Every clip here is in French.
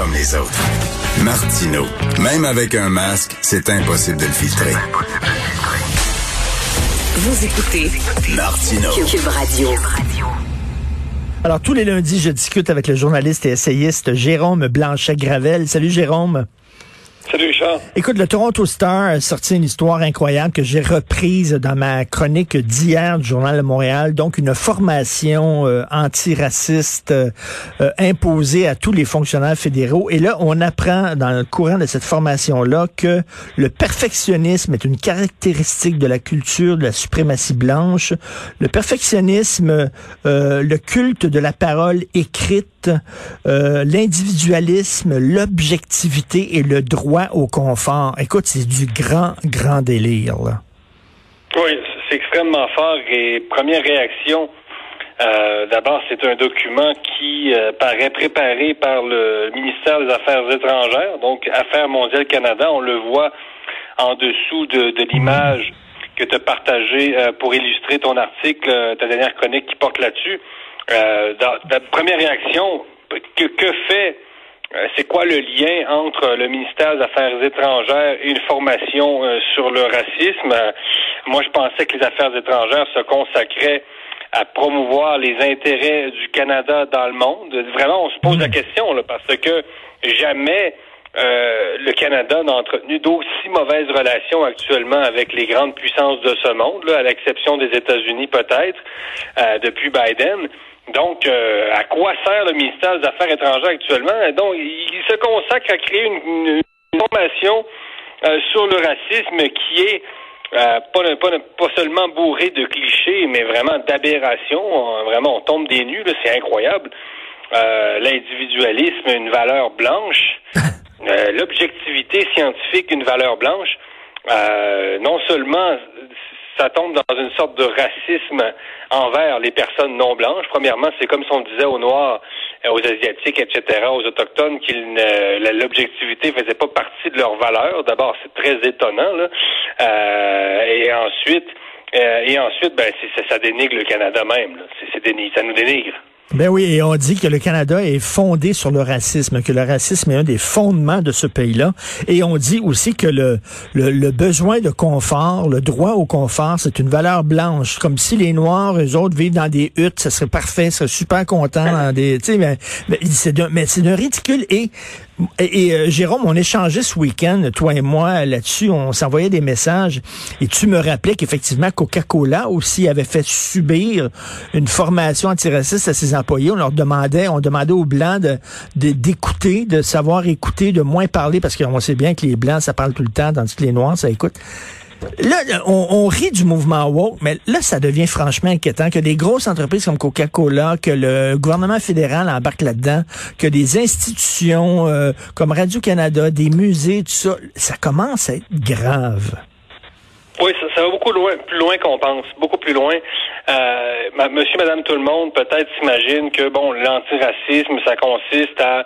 comme les autres. Martineau, même avec un masque, c'est impossible de le filtrer. Vous écoutez Martineau. Cube Radio. Alors, tous les lundis, je discute avec le journaliste et essayiste Jérôme Blanchet-Gravel. Salut, Jérôme. Salut, Richard. Écoute, le Toronto Star a sorti une histoire incroyable que j'ai reprise dans ma chronique d'hier du Journal de Montréal. Donc, une formation antiraciste imposée à tous les fonctionnaires fédéraux. Et là, on apprend dans le courant de cette formation-là que le perfectionnisme est une caractéristique de la culture de la suprématie blanche. Le perfectionnisme, le culte de la parole écrite, l'individualisme, l'objectivité et le droit au confort. Écoute, c'est du grand délire, là. Oui, c'est extrêmement fort. Et première réaction, d'abord, c'est un document qui paraît préparé par le ministère des Affaires étrangères, donc Affaires mondiales Canada. On le voit en dessous de l'image que tu as partagée pour illustrer ton article, ta dernière chronique qui porte là-dessus. La première réaction, que fait... c'est quoi le lien entre le ministère des Affaires étrangères et une formation sur le racisme? Moi, je pensais que les Affaires étrangères se consacraient à promouvoir les intérêts du Canada dans le monde. Vraiment, on se pose la question, là, parce que jamais le Canada n'a entretenu d'aussi mauvaises relations actuellement avec les grandes puissances de ce monde, là, à l'exception des États-Unis peut-être, depuis Biden. Donc, à quoi sert le ministère des Affaires étrangères actuellement? Donc, il se consacre à créer une formation sur le racisme qui est pas seulement bourré de clichés, mais vraiment d'aberrations. Vraiment, on tombe des nues, là, c'est incroyable. L'individualisme, une valeur blanche. L'objectivité scientifique, une valeur blanche. Non seulement... ça tombe dans une sorte de racisme envers les personnes non blanches. Premièrement, c'est comme si on disait aux Noirs, aux Asiatiques, etc., aux Autochtones, l'objectivité faisait pas partie de leurs valeurs. D'abord, c'est très étonnant, là. Et ensuite, ça dénigre le Canada même, là. Ça nous dénigre. Ben oui, et on dit que le Canada est fondé sur le racisme, que le racisme est un des fondements de ce pays-là. Et on dit aussi que le besoin de confort, le droit au confort, c'est une valeur blanche. Comme si les Noirs, eux autres, vivent dans des huttes, ça serait parfait, ça serait super content dans des, tu sais, mais c'est d'un ridicule. Et Jérôme, on échangeait ce week-end, toi et moi, là-dessus, on s'envoyait des messages, et tu me rappelais qu'effectivement, Coca-Cola aussi avait fait subir une formation antiraciste à ses employés. On demandait aux Blancs d'écouter, de savoir écouter, de moins parler, parce qu'on sait bien que les Blancs, ça parle tout le temps, tandis que les Noirs, ça écoute. Là, on rit du mouvement woke, mais là, ça devient franchement inquiétant que des grosses entreprises comme Coca-Cola, que le gouvernement fédéral embarque là-dedans, que des institutions comme Radio-Canada, des musées, tout ça, ça commence à être grave. Oui, ça va beaucoup plus loin qu'on pense, beaucoup plus loin. Monsieur, madame, tout le monde, peut-être s'imagine que, l'antiracisme, ça consiste à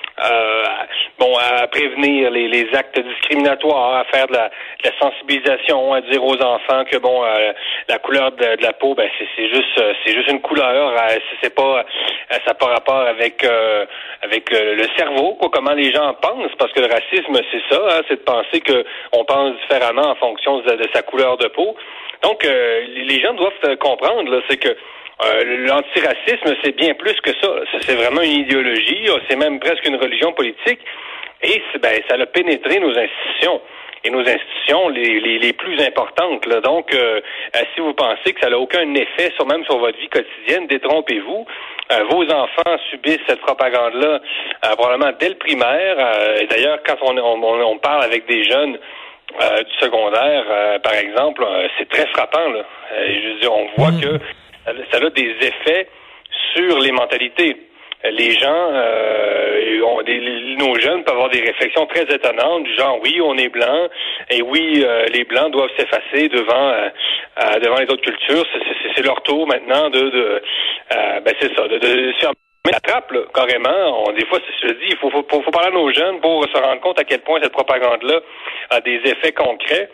prévenir les actes discriminatoires, à faire de la sensibilisation, à dire aux enfants que la couleur de la peau, c'est juste une couleur, c'est pas, ça n'a pas rapport avec le cerveau, quoi, comment les gens pensent, parce que le racisme, c'est ça, hein, c'est de penser que on pense différemment en fonction de sa couleur de peau. Donc les gens doivent comprendre, là, c'est que l'antiracisme, c'est bien plus que ça. C'est vraiment une idéologie, c'est même presque une religion politique, et ça a pénétré nos institutions. Et nos institutions les plus importantes, là. Donc, si vous pensez que ça n'a aucun effet même sur votre vie quotidienne, détrompez-vous. Vos enfants subissent cette propagande-là probablement dès le primaire. Et d'ailleurs, quand on parle avec des jeunes du secondaire, par exemple, c'est très frappant, là. Je veux dire, on voit que ça a des effets sur les mentalités. Les gens, nos jeunes peuvent avoir des réflexions très étonnantes, du genre, oui, on est blanc, et oui, les blancs doivent s'effacer devant les autres cultures. C'est leur tour maintenant c'est ça, de se faire la trappe, là, carrément. Des fois, je dis, il faut parler à nos jeunes pour se rendre compte à quel point cette propagande-là a des effets concrets.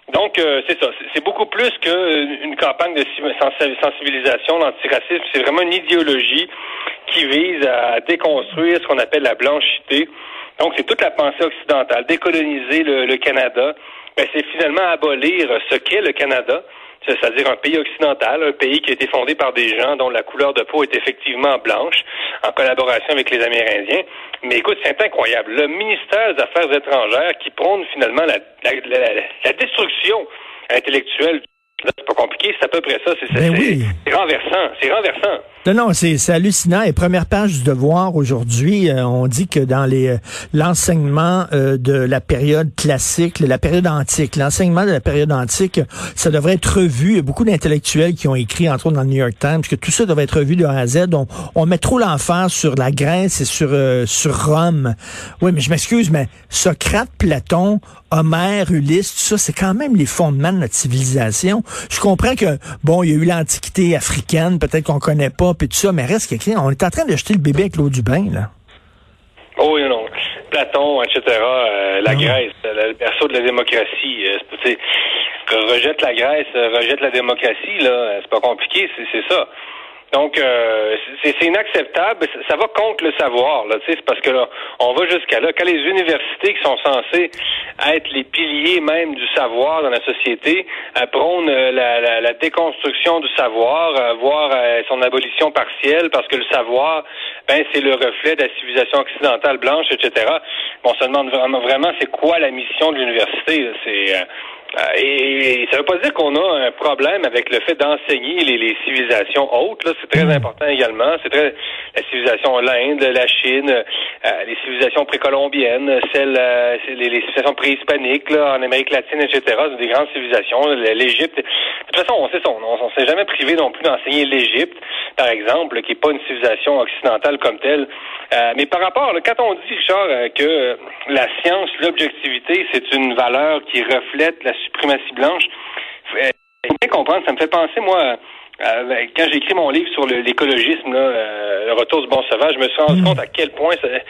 Donc, c'est ça. C'est beaucoup plus qu'une campagne de sensibilisation, l'antiracisme. C'est vraiment une idéologie qui vise à déconstruire ce qu'on appelle la blanchité. Donc, c'est toute la pensée occidentale. Décoloniser le Canada, c'est finalement abolir ce qu'est le Canada, c'est-à-dire un pays occidental, un pays qui a été fondé par des gens dont la couleur de peau est effectivement blanche, en collaboration avec les Amérindiens. Mais écoute, c'est incroyable. Le ministère des Affaires étrangères qui prône finalement la destruction intellectuelle. Là, c'est pas compliqué, c'est à peu près ça. C'est renversant. C'est renversant. Non, c'est hallucinant. Et première page du Devoir aujourd'hui, on dit que dans l'enseignement de la période classique, la période antique, l'enseignement de la période antique, ça devrait être revu. Il y a beaucoup d'intellectuels qui ont écrit, entre autres dans le New York Times, que tout ça devrait être revu de A à Z. On met trop l'emphase sur la Grèce et sur Rome. Oui, mais je m'excuse, mais Socrate, Platon, Homère, Ulysse, tout ça, c'est quand même les fondements de notre civilisation. Je comprends que, bon, il y a eu l'Antiquité africaine, peut-être qu'on connaît pas, puis tout ça, mais reste que on est en train de jeter le bébé avec l'eau du bain, là. Oh oui, non. Platon, etc., la Grèce, le berceau de la démocratie, rejette la Grèce, rejette la démocratie, là, c'est pas compliqué, c'est ça. Donc, c'est inacceptable. Ça va contre le savoir, là. Tu sais, c'est parce que là, on va jusqu'à là. Quand les universités qui sont censées être les piliers même du savoir dans la société prônent la déconstruction du savoir, voire son abolition partielle, parce que le savoir, c'est le reflet de la civilisation occidentale blanche, etc. On se demande vraiment c'est quoi la mission de l'université, là. Et ça veut pas dire qu'on a un problème avec le fait d'enseigner les civilisations hautes, là. C'est très important également. La civilisation l'Inde, la Chine, les civilisations précolombiennes, les civilisations préhispaniques, là, en Amérique latine, etc. C'est des grandes civilisations. L'Égypte. De toute façon, on s'est jamais privé non plus d'enseigner l'Égypte, par exemple, qui est pas une civilisation occidentale comme telle. Mais par rapport, là, quand on dit, Richard, que la science, l'objectivité, c'est une valeur qui reflète la suprématie blanche, il faut bien comprendre, ça me fait penser, moi, quand j'ai écrit mon livre sur l'écologisme, le retour du bon sauvage, je me suis rendu compte à quel point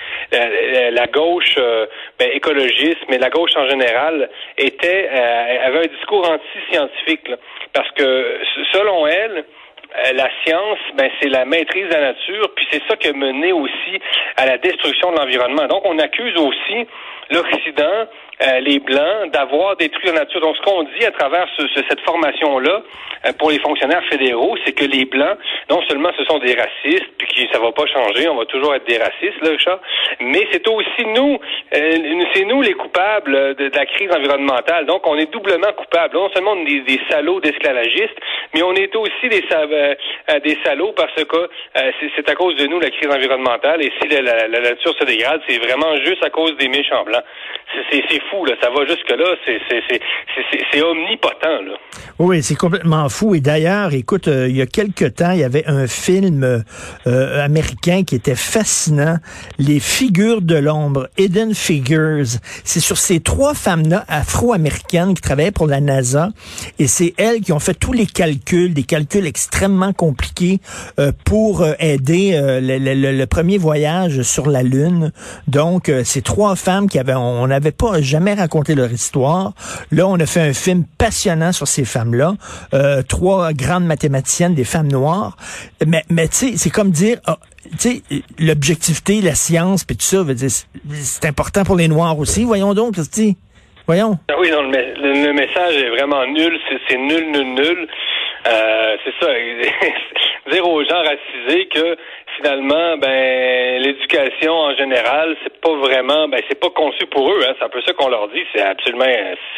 la gauche écologiste, mais la gauche en général, avait un discours anti-scientifique, là, parce que selon elle, la science, c'est la maîtrise de la nature, puis c'est ça qui a mené aussi à la destruction de l'environnement. Donc, on accuse aussi l'Occident, les Blancs, d'avoir détruit la nature. Donc, ce qu'on dit à travers cette formation-là, pour les fonctionnaires fédéraux, c'est que les Blancs, non seulement ce sont des racistes, puis ça va pas changer, on va toujours être des racistes, là, Richard, mais c'est aussi nous, c'est nous les coupables de la crise environnementale. Donc, on est doublement coupables. Non seulement on est des salauds d'esclavagistes, mais on est aussi des salauds parce que c'est à cause de nous la crise environnementale, et si la nature se dégrade, c'est vraiment juste à cause des méchants blancs. C'est fou, là, ça va jusque-là, c'est omnipotent, là. Oui, c'est complètement fou. Et d'ailleurs, écoute, il y a quelque temps, il y avait un film américain qui était fascinant, Les Figures de l'ombre, Hidden Figures. C'est sur ces 3 femmes-là afro-américaines qui travaillaient pour la NASA, et c'est elles qui ont fait tous les calculs, des calculs extrêmement compliqués pour aider le premier voyage sur la Lune. Donc, ces 3 femmes on n'avait pas jamais raconté leur histoire. Là, on a fait un film passionnant sur ces femmes-là. 3 grandes mathématiciennes, des femmes noires. Mais tu sais, c'est comme dire, tu sais, l'objectivité, la science, puis tout ça, veut dire, c'est important pour les Noirs aussi. Voyons donc, Christy. Voyons. Ah oui, non, le message est vraiment nul. C'est nul, nul, nul. C'est ça. Dire aux gens racisés que finalement, l'éducation en général, c'est pas vraiment, c'est pas conçu pour eux. Hein. C'est un peu ça qu'on leur dit. C'est absolument,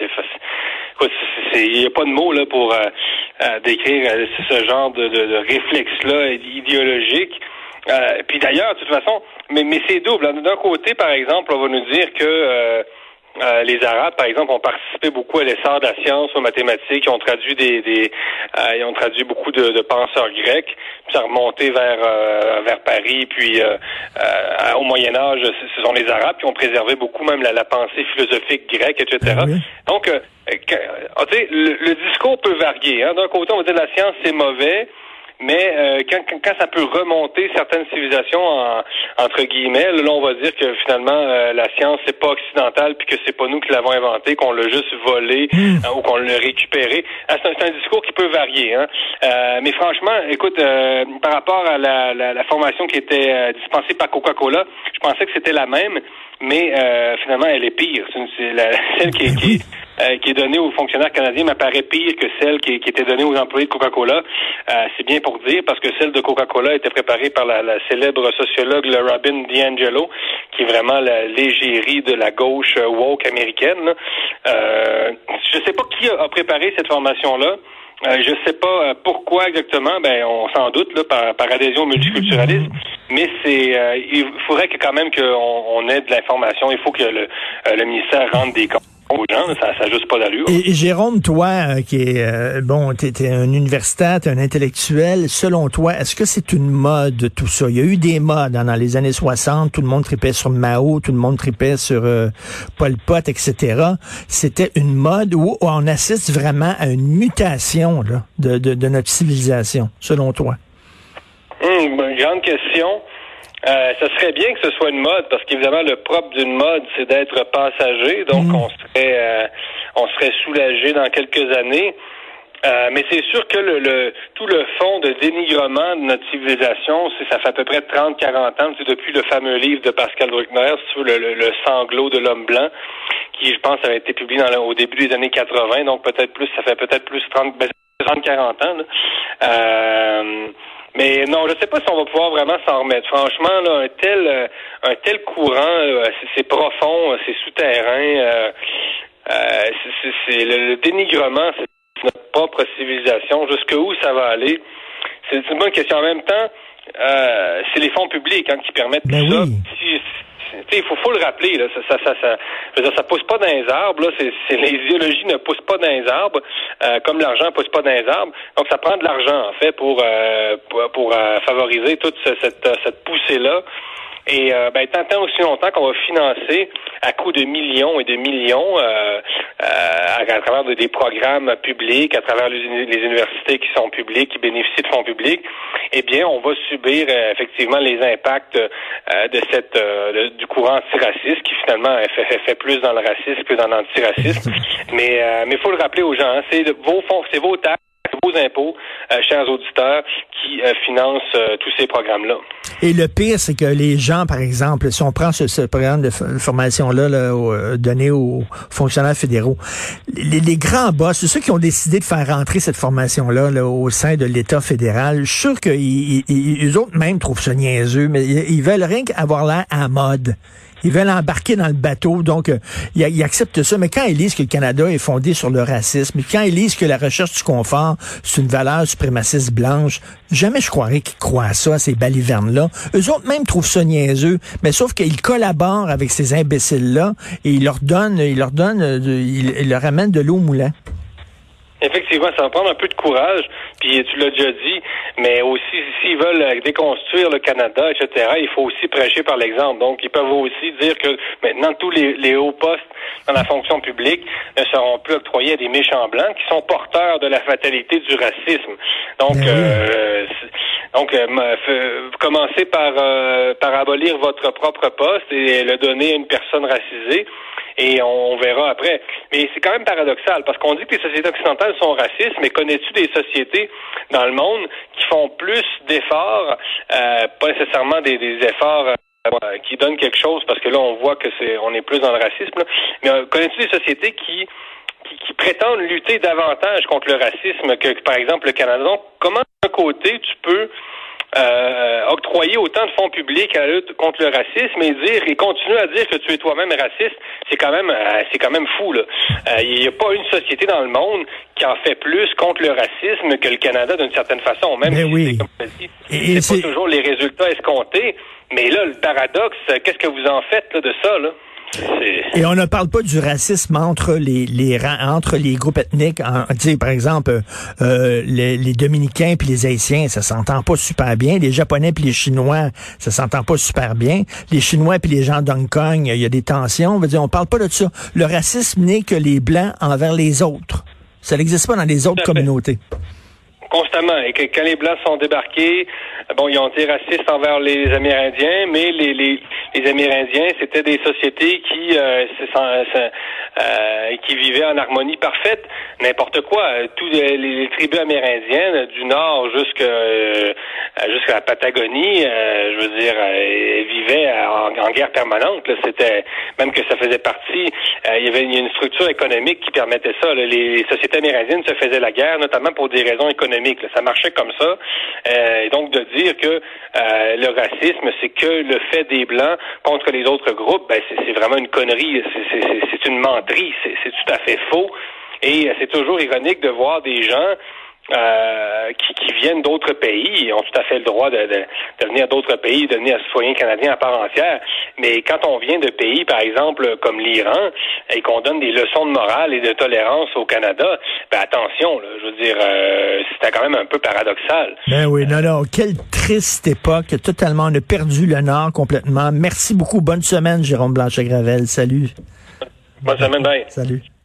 il y a pas de mots là pour décrire ce genre de réflexe-là idéologique. Puis d'ailleurs, de toute façon, mais c'est double. D'un côté, par exemple, on va nous dire que les Arabes, par exemple, ont participé beaucoup à l'essor de la science, aux mathématiques, ils ont traduit ils ont traduit beaucoup de penseurs grecs, puis ça a remonté vers Paris, puis au Moyen Âge, ce sont les Arabes qui ont préservé beaucoup même la pensée philosophique grecque, etc. Oui. Donc, tu sais, le discours peut varier. Hein. D'un côté, on va dire la science c'est mauvais. mais quand ça peut remonter certaines civilisations entre guillemets, là on va dire que finalement la science c'est pas occidentale puis que c'est pas nous qui l'avons inventé, qu'on l'a juste volé ou qu'on l'a récupéré. C'est un discours qui peut varier, hein. Mais franchement, écoute, par rapport à la formation qui était dispensée par Coca-Cola, je pensais que c'était la même, mais finalement elle est pire. Celle qui est donnée aux fonctionnaires canadiens m'apparaît pire que celle qui était donnée aux employés de Coca-Cola. C'est bien pour dire, parce que celle de Coca-Cola était préparée par la célèbre sociologue Robin DiAngelo, qui est vraiment l'égérie de la gauche woke américaine. Je sais pas qui a préparé cette formation-là. Je sais pas pourquoi exactement, on s'en doute là, par adhésion au multiculturalisme, mais il faudrait que quand même qu'on ait de l'information. Il faut que le ministère rende des comptes aux gens, ça n'a juste pas d'allure. Et Jérôme, toi, qui est t'es un universitaire, t'es un intellectuel, selon toi, est-ce que c'est une mode tout ça? Il y a eu des modes dans les années 60, tout le monde tripait sur Mao, tout le monde tripait sur Pol Pot, etc. C'était une mode où on assiste vraiment à une mutation là, de notre civilisation, selon toi? Grande question. Ça serait bien que ce soit une mode, parce qu'évidemment, le propre d'une mode, c'est d'être passager, donc on serait soulagé dans quelques années. Mais c'est sûr que tout le fond de dénigrement de notre civilisation, ça fait à peu près 30-40 ans, c'est depuis le fameux livre de Pascal Bruckner, le sanglot de l'homme blanc, qui, je pense, avait été publié au début des années 80, donc ça fait peut-être plus 30-40 ans, là. Mais non, je sais pas si on va pouvoir vraiment s'en remettre. Franchement, là, un tel courant, c'est profond, c'est souterrain. C'est le dénigrement, c'est notre propre civilisation. Jusqu'où ça va aller? C'est une bonne question. En même temps, c'est les fonds publics qui permettent tout ça. Il faut le rappeler, là, ça pousse pas dans les arbres, là, les idéologies ne poussent pas dans les arbres, comme l'argent pousse pas dans les arbres. Donc ça prend de l'argent, en fait, pour favoriser toute cette poussée-là. Et tant aussi longtemps qu'on va financer à coût de millions et de millions à travers des programmes publics, à travers les universités qui sont publiques, qui bénéficient de fonds publics, eh bien, on va subir effectivement les impacts du courant antiraciste qui finalement fait plus dans le racisme que dans l'antiracisme. Mais faut le rappeler aux gens, c'est vos fonds, c'est vos taxes, vos impôts, chers auditeurs, qui financent tous ces programmes-là. Et le pire, c'est que les gens, par exemple, si on prend ce programme de formation-là donné aux fonctionnaires fédéraux, les grands boss, ceux qui ont décidé de faire rentrer cette formation-là au sein de l'État fédéral, je suis sûr qu'eux autres même trouvent ça niaiseux, mais ils veulent rien qu'avoir l'air à mode. Ils veulent embarquer dans le bateau, donc ils acceptent ça. Mais quand ils lisent que le Canada est fondé sur le racisme, quand ils lisent que la recherche du confort, c'est une valeur suprémaciste blanche, jamais je croirais qu'ils croient à ça, ces balivernes-là. Eux autres même trouvent ça niaiseux, mais sauf qu'ils collaborent avec ces imbéciles-là et ils leur amènent de l'eau au moulin. Effectivement, ça va prendre un peu de courage, puis tu l'as déjà dit, mais aussi, s'ils veulent déconstruire le Canada, etc., il faut aussi prêcher par l'exemple. Donc, ils peuvent aussi dire que maintenant, tous les hauts postes dans la fonction publique ne seront plus octroyés à des méchants blancs qui sont porteurs de la fatalité du racisme. Donc, commencez par abolir votre propre poste et le donner à une personne racisée. Et on verra après. Mais c'est quand même paradoxal, parce qu'on dit que les sociétés occidentales sont racistes, mais connais-tu des sociétés dans le monde qui font plus d'efforts, pas nécessairement des efforts qui donnent quelque chose, parce que là, on voit que on est plus dans le racisme, là. Mais connais-tu des sociétés qui prétendent lutter davantage contre le racisme que par exemple, le Canada? Donc, comment, d'un côté, tu peux octroyer autant de fonds publics à la lutte contre le racisme et continuer à dire que tu es toi-même raciste, c'est quand même fou, là. Il n'y a pas une société dans le monde qui en fait plus contre le racisme que le Canada d'une certaine façon, même si c'est comme ça dit, c'est pas toujours les résultats escomptés. Mais là, le paradoxe, qu'est-ce que vous en faites là, de ça, là? Et on ne parle pas du racisme entre les groupes ethniques. Par exemple, les Dominicains puis les Haïtiens, ça s'entend pas super bien. Les Japonais puis les Chinois, ça s'entend pas super bien. Les Chinois puis les gens d'Hong Kong, il y a des tensions. On parle pas de ça. Le racisme n'est que les Blancs envers les autres. Ça n'existe pas dans les autres communautés. Constamment. Et que quand les Blancs sont débarqués, bon, ils ont été racistes envers les Amérindiens, mais les Amérindiens, c'était des sociétés qui vivaient en harmonie parfaite. N'importe quoi. Tous les tribus amérindiennes, du nord jusqu'à la Patagonie, je veux dire, vivaient en guerre permanente. Là. C'était même que ça faisait partie. Il y avait une structure économique qui permettait ça. Là. Les sociétés amérindiennes se faisaient la guerre, notamment pour des raisons économiques. Ça marchait comme ça. Et donc, de dire que le racisme, c'est que le fait des Blancs contre les autres groupes, ben c'est vraiment une connerie. C'est une menterie. C'est tout à fait faux. Et c'est toujours ironique de voir des gens qui viennent d'autres pays, ils ont tout à fait le droit de venir d'autres pays, de devenir citoyens canadiens à part entière. Mais quand on vient de pays, par exemple, comme l'Iran, et qu'on donne des leçons de morale et de tolérance au Canada, ben attention, là, je veux dire, c'était quand même un peu paradoxal. Ben oui, non, quelle triste époque, totalement, on a perdu le Nord complètement. Merci beaucoup, bonne semaine, Jérôme Blanchet-Gravel, salut. Bonne semaine, bye. Salut.